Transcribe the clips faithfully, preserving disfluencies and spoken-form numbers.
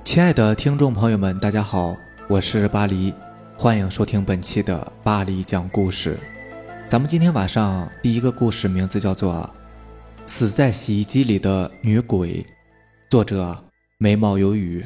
亲爱的听众朋友们，大家好，我是巴黎，欢迎收听本期的巴黎讲故事。咱们今天晚上第一个故事名字叫做死在洗衣机里的女鬼，作者眉毛有雨。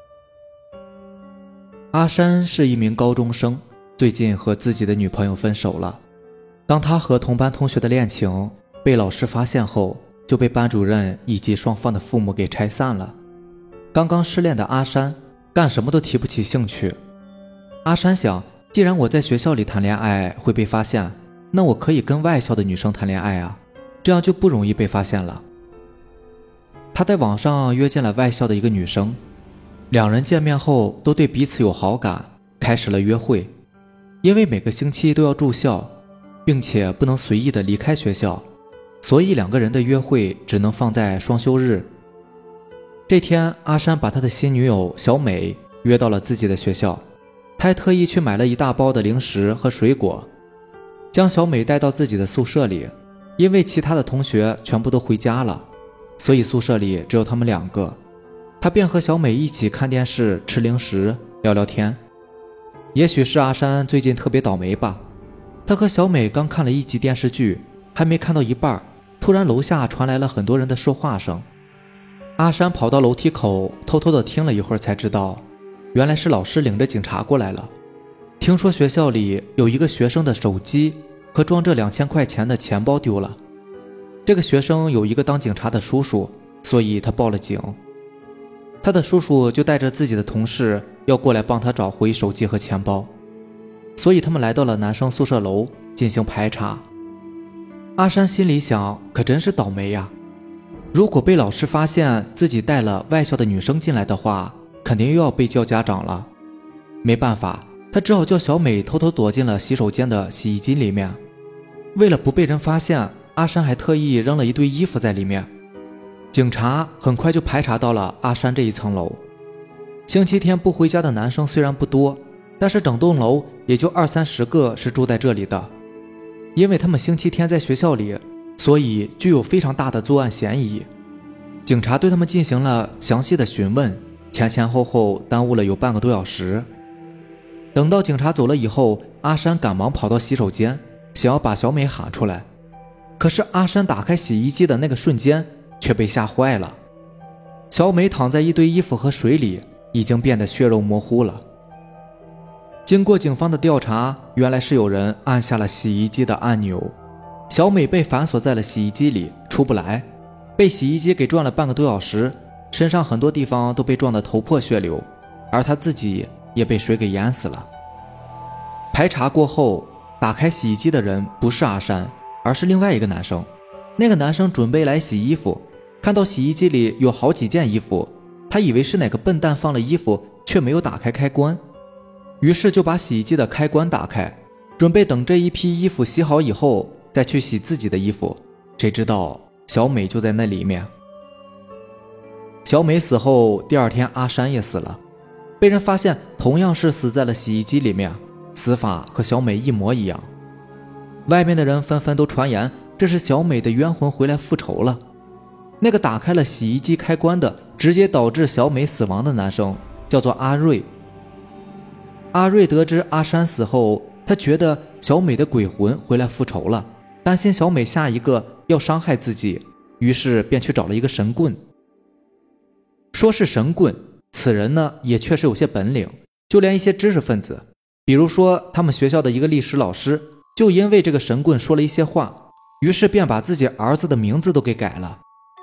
阿山是一名高中生，最近和自己的女朋友分手了。当他和同班同学的恋情被老师发现后，就被班主任以及双方的父母给拆散了。刚刚失恋的阿山干什么都提不起兴趣。阿山想，既然我在学校里谈恋爱会被发现，那我可以跟外校的女生谈恋爱啊，这样就不容易被发现了。他在网上约见了外校的一个女生，两人见面后都对彼此有好感，开始了约会。因为每个星期都要住校，并且不能随意的离开学校，所以两个人的约会只能放在双休日。这天，阿山把他的新女友小美约到了自己的学校，他还特意去买了一大包的零食和水果，将小美带到自己的宿舍里。因为其他的同学全部都回家了，所以宿舍里只有他们两个。他便和小美一起看电视、吃零食、聊聊天。也许是阿山最近特别倒霉吧，他和小美刚看了一集电视剧，还没看到一半，突然楼下传来了很多人的说话声。阿山跑到楼梯口，偷偷地听了一会儿，才知道原来是老师领着警察过来了。听说学校里有一个学生的手机和装着两千块钱的钱包丢了，这个学生有一个当警察的叔叔，所以他报了警。他的叔叔就带着自己的同事要过来帮他找回手机和钱包，所以他们来到了男生宿舍楼进行排查。阿山心里想，可真是倒霉呀，如果被老师发现自己带了外校的女生进来的话，肯定又要被叫家长了。没办法，他只好叫小美偷偷躲进了洗手间的洗衣机里面。为了不被人发现，阿山还特意扔了一堆衣服在里面。警察很快就排查到了阿山这一层楼。星期天不回家的男生虽然不多，但是整栋楼也就二三十个是住在这里的。因为他们星期天在学校里，所以具有非常大的作案嫌疑。警察对他们进行了详细的询问，前前后后耽误了有半个多小时。等到警察走了以后，阿山赶忙跑到洗手间，想要把小美喊出来。可是阿山打开洗衣机的那个瞬间却被吓坏了，小美躺在一堆衣服和水里，已经变得血肉模糊了。经过警方的调查，原来是有人按下了洗衣机的按钮，小美被反锁在了洗衣机里，出不来，被洗衣机给转了半个多小时，身上很多地方都被撞得头破血流，而她自己也被水给淹死了。排查过后，打开洗衣机的人不是阿山，而是另外一个男生。那个男生准备来洗衣服，看到洗衣机里有好几件衣服，他以为是哪个笨蛋放了衣服，却没有打开开关，于是就把洗衣机的开关打开，准备等这一批衣服洗好以后再去洗自己的衣服。谁知道小美就在那里面。小美死后，第二天阿山也死了，被人发现同样是死在了洗衣机里面，死法和小美一模一样。外面的人纷纷都传言这是小美的冤魂回来复仇了。那个打开了洗衣机开关的，直接导致小美死亡的男生叫做阿瑞。阿瑞得知阿山死后，他觉得小美的鬼魂回来复仇了，担心小美下一个要伤害自己，于是便去找了一个神棍。说是神棍，此人呢也确实有些本领，就连一些知识分子，比如说他们学校的一个历史老师，就因为这个神棍说了一些话，于是便把自己儿子的名字都给改了。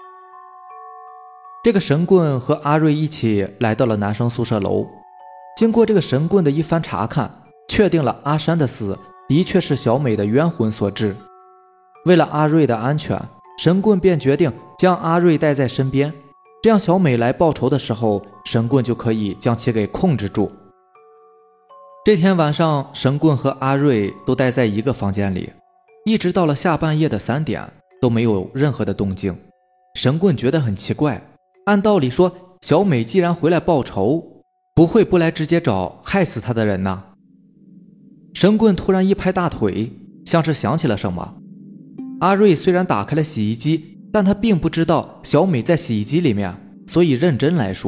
这个神棍和阿瑞一起来到了男生宿舍楼，经过这个神棍的一番查看，确定了阿山的死的确是小美的冤魂所致。为了阿瑞的安全，神棍便决定将阿瑞带在身边，这样小美来报仇的时候，神棍就可以将其给控制住。这天晚上，神棍和阿瑞都待在一个房间里，一直到了下半夜的三点都没有任何的动静。神棍觉得很奇怪，按道理说小美既然回来报仇，不会不来直接找害死她的人呢。神棍突然一拍大腿，像是想起了什么。阿瑞虽然打开了洗衣机，但他并不知道小美在洗衣机里面，所以认真来说，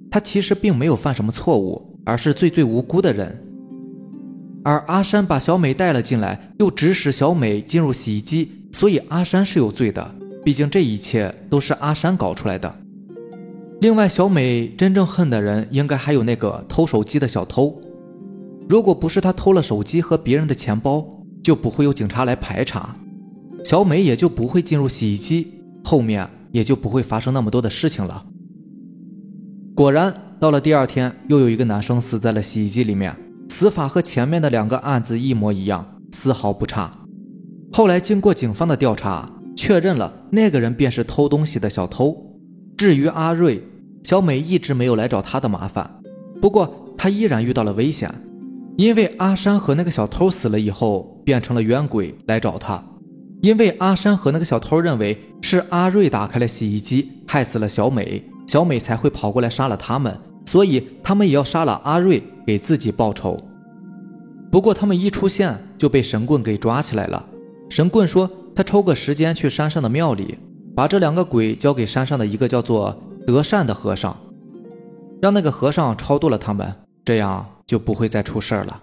他其实并没有犯什么错误，而是最最无辜的人。而阿山把小美带了进来，又指使小美进入洗衣机，所以阿山是有罪的，毕竟这一切都是阿山搞出来的。另外，小美真正恨的人应该还有那个偷手机的小偷，如果不是他偷了手机和别人的钱包，就不会有警察来排查，小美也就不会进入洗衣机，后面也就不会发生那么多的事情了。果然，到了第二天，又有一个男生死在了洗衣机里面，死法和前面的两个案子一模一样，丝毫不差。后来经过警方的调查，确认了那个人便是偷东西的小偷。至于阿瑞，小美一直没有来找他的麻烦，不过他依然遇到了危险，因为阿山和那个小偷死了以后变成了冤鬼来找他。因为阿山和那个小偷认为是阿瑞打开了洗衣机害死了小美，小美才会跑过来杀了他们，所以他们也要杀了阿瑞给自己报仇。不过他们一出现就被神棍给抓起来了。神棍说他抽个时间去山上的庙里，把这两个鬼交给山上的一个叫做德善的和尚，让那个和尚超度了他们，这样就不会再出事了。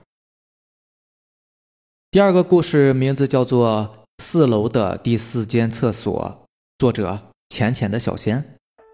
第二个故事名字叫做四楼的第四间厕所，作者浅浅的小仙。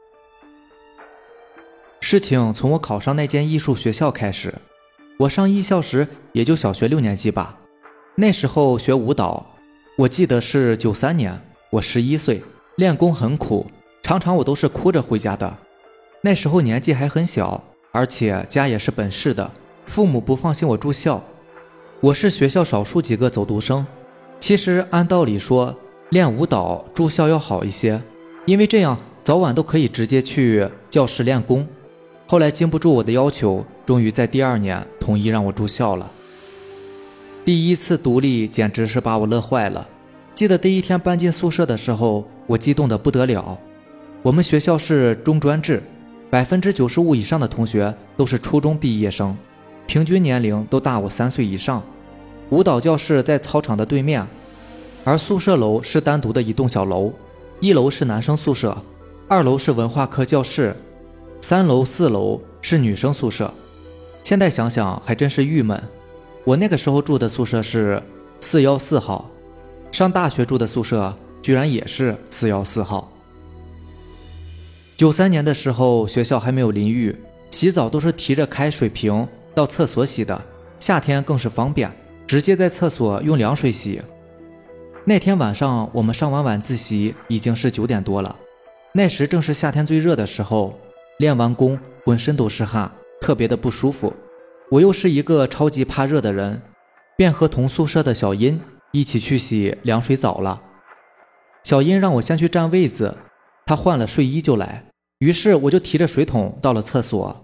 事情从我考上那间艺术学校开始。我上艺校时也就小学六年级吧，那时候学舞蹈，我记得是九三年，我十一岁，练功很苦，常常我都是哭着回家的。那时候年纪还很小，而且家也是本市的，父母不放心我住校。我是学校少数几个走读生，其实按道理说练舞蹈住校要好一些，因为这样早晚都可以直接去教室练功。后来经不住我的要求，终于在第二年统一让我住校了。第一次独立简直是把我乐坏了。记得第一天搬进宿舍的时候，我激动得不得了。我们学校是中专制， 百分之九十五 以上的同学都是初中毕业生，平均年龄都大我三岁以上。舞蹈教室在操场的对面，而宿舍楼是单独的一栋小楼，一楼是男生宿舍，二楼是文化课教室，三楼四楼是女生宿舍。现在想想还真是郁闷，我那个时候住的宿舍是四一四号，上大学住的宿舍居然也是四一四号。九三年的时候学校还没有淋浴，洗澡都是提着开水瓶到厕所洗的，夏天更是方便，直接在厕所用凉水洗。那天晚上我们上完晚自习已经是九点多了，那时正是夏天最热的时候，练完功浑身都是汗，特别的不舒服。我又是一个超级怕热的人，便和同宿舍的小殷一起去洗凉水澡了。小殷让我先去占位子，他换了睡衣就来，于是我就提着水桶到了厕所。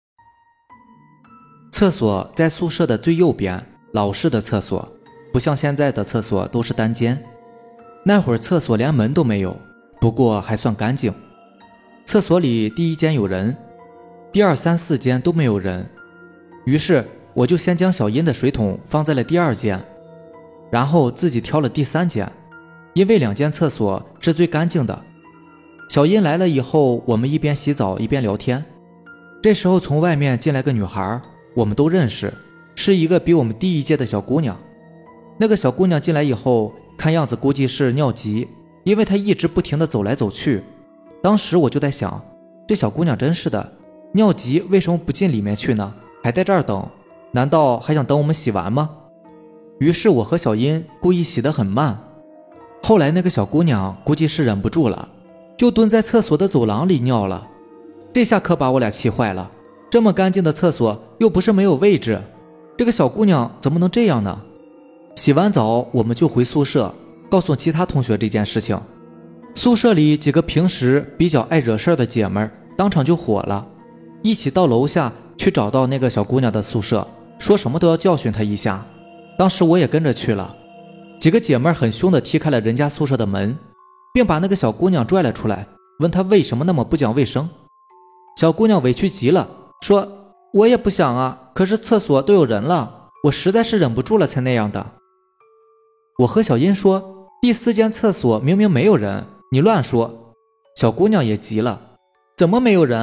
厕所在宿舍的最右边，老式的厕所，不像现在的厕所都是单间。那会儿厕所连门都没有，不过还算干净。厕所里第一间有人，第二三四间都没有人，于是我就先将小殷的水桶放在了第二间，然后自己挑了第三间，因为两间厕所是最干净的。小殷来了以后，我们一边洗澡一边聊天。这时候从外面进来个女孩，我们都认识，是一个比我们低一届的小姑娘。那个小姑娘进来以后，看样子估计是尿急，因为她一直不停地走来走去。当时我就在想，这小姑娘真是的，尿急为什么不进里面去呢？还在这儿等，难道还想等我们洗完吗？于是我和小殷故意洗得很慢。后来那个小姑娘估计是忍不住了，就蹲在厕所的走廊里尿了。这下可把我俩气坏了，这么干净的厕所又不是没有位置，这个小姑娘怎么能这样呢？洗完澡我们就回宿舍，告诉其他同学这件事情。宿舍里几个平时比较爱惹事的姐妹当场就火了，一起到楼下去找到那个小姑娘的宿舍，说什么都要教训她一下。当时我也跟着去了，几个姐妹很凶地踢开了人家宿舍的门，并把那个小姑娘拽了出来，问她为什么那么不讲卫生。小姑娘委屈极了，说我也不想啊，可是厕所都有人了，我实在是忍不住了才那样的。我和小殷说，第四间厕所明明没有人，你乱说。小姑娘也急了，怎么没有人？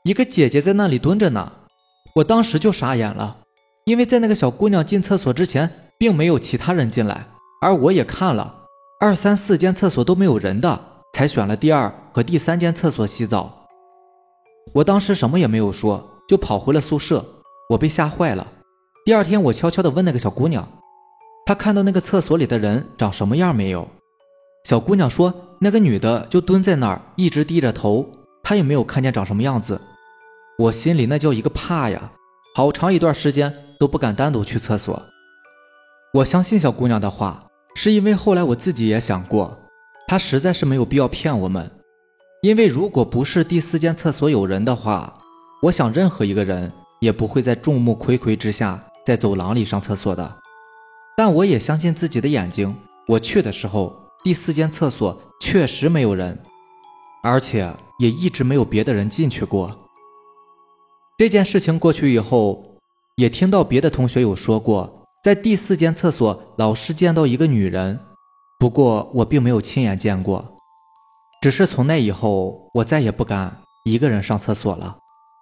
一个姐姐在那里蹲着呢。我当时就傻眼了，因为在那个小姑娘进厕所之前并没有其他人进来，而我也看了二三四间厕所都没有人的，才选了第二和第三间厕所洗澡。我当时什么也没有说，就跑回了宿舍。我被吓坏了。第二天我悄悄地问那个小姑娘，她看到那个厕所里的人长什么样没有？小姑娘说那个女的就蹲在那儿一直低着头，她也没有看见长什么样子。我心里那叫一个怕呀，好长一段时间都不敢单独去厕所。我相信小姑娘的话，是因为后来我自己也想过，她实在是没有必要骗我们。因为如果不是第四间厕所有人的话，我想任何一个人也不会在众目睽睽之下在走廊里上厕所的。但我也相信自己的眼睛，我去的时候第四间厕所确实没有人，而且也一直没有别的人进去过。这件事情过去以后，也听到别的同学有说过，在第四间厕所老是见到一个女人，不过我并没有亲眼见过。只是从那以后，我再也不敢一个人上厕所了。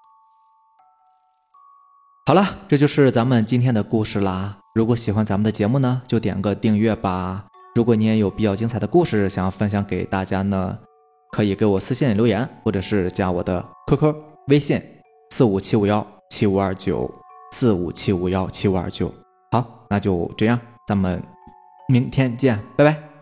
好了，这就是咱们今天的故事啦。如果喜欢咱们的节目呢，就点个订阅吧。如果你也有比较精彩的故事想要分享给大家呢，可以给我私信留言，或者是加我的 Q Q 微信四五七五一七五二九 四五七五一七五二九。好，那就这样，咱们明天见，拜拜。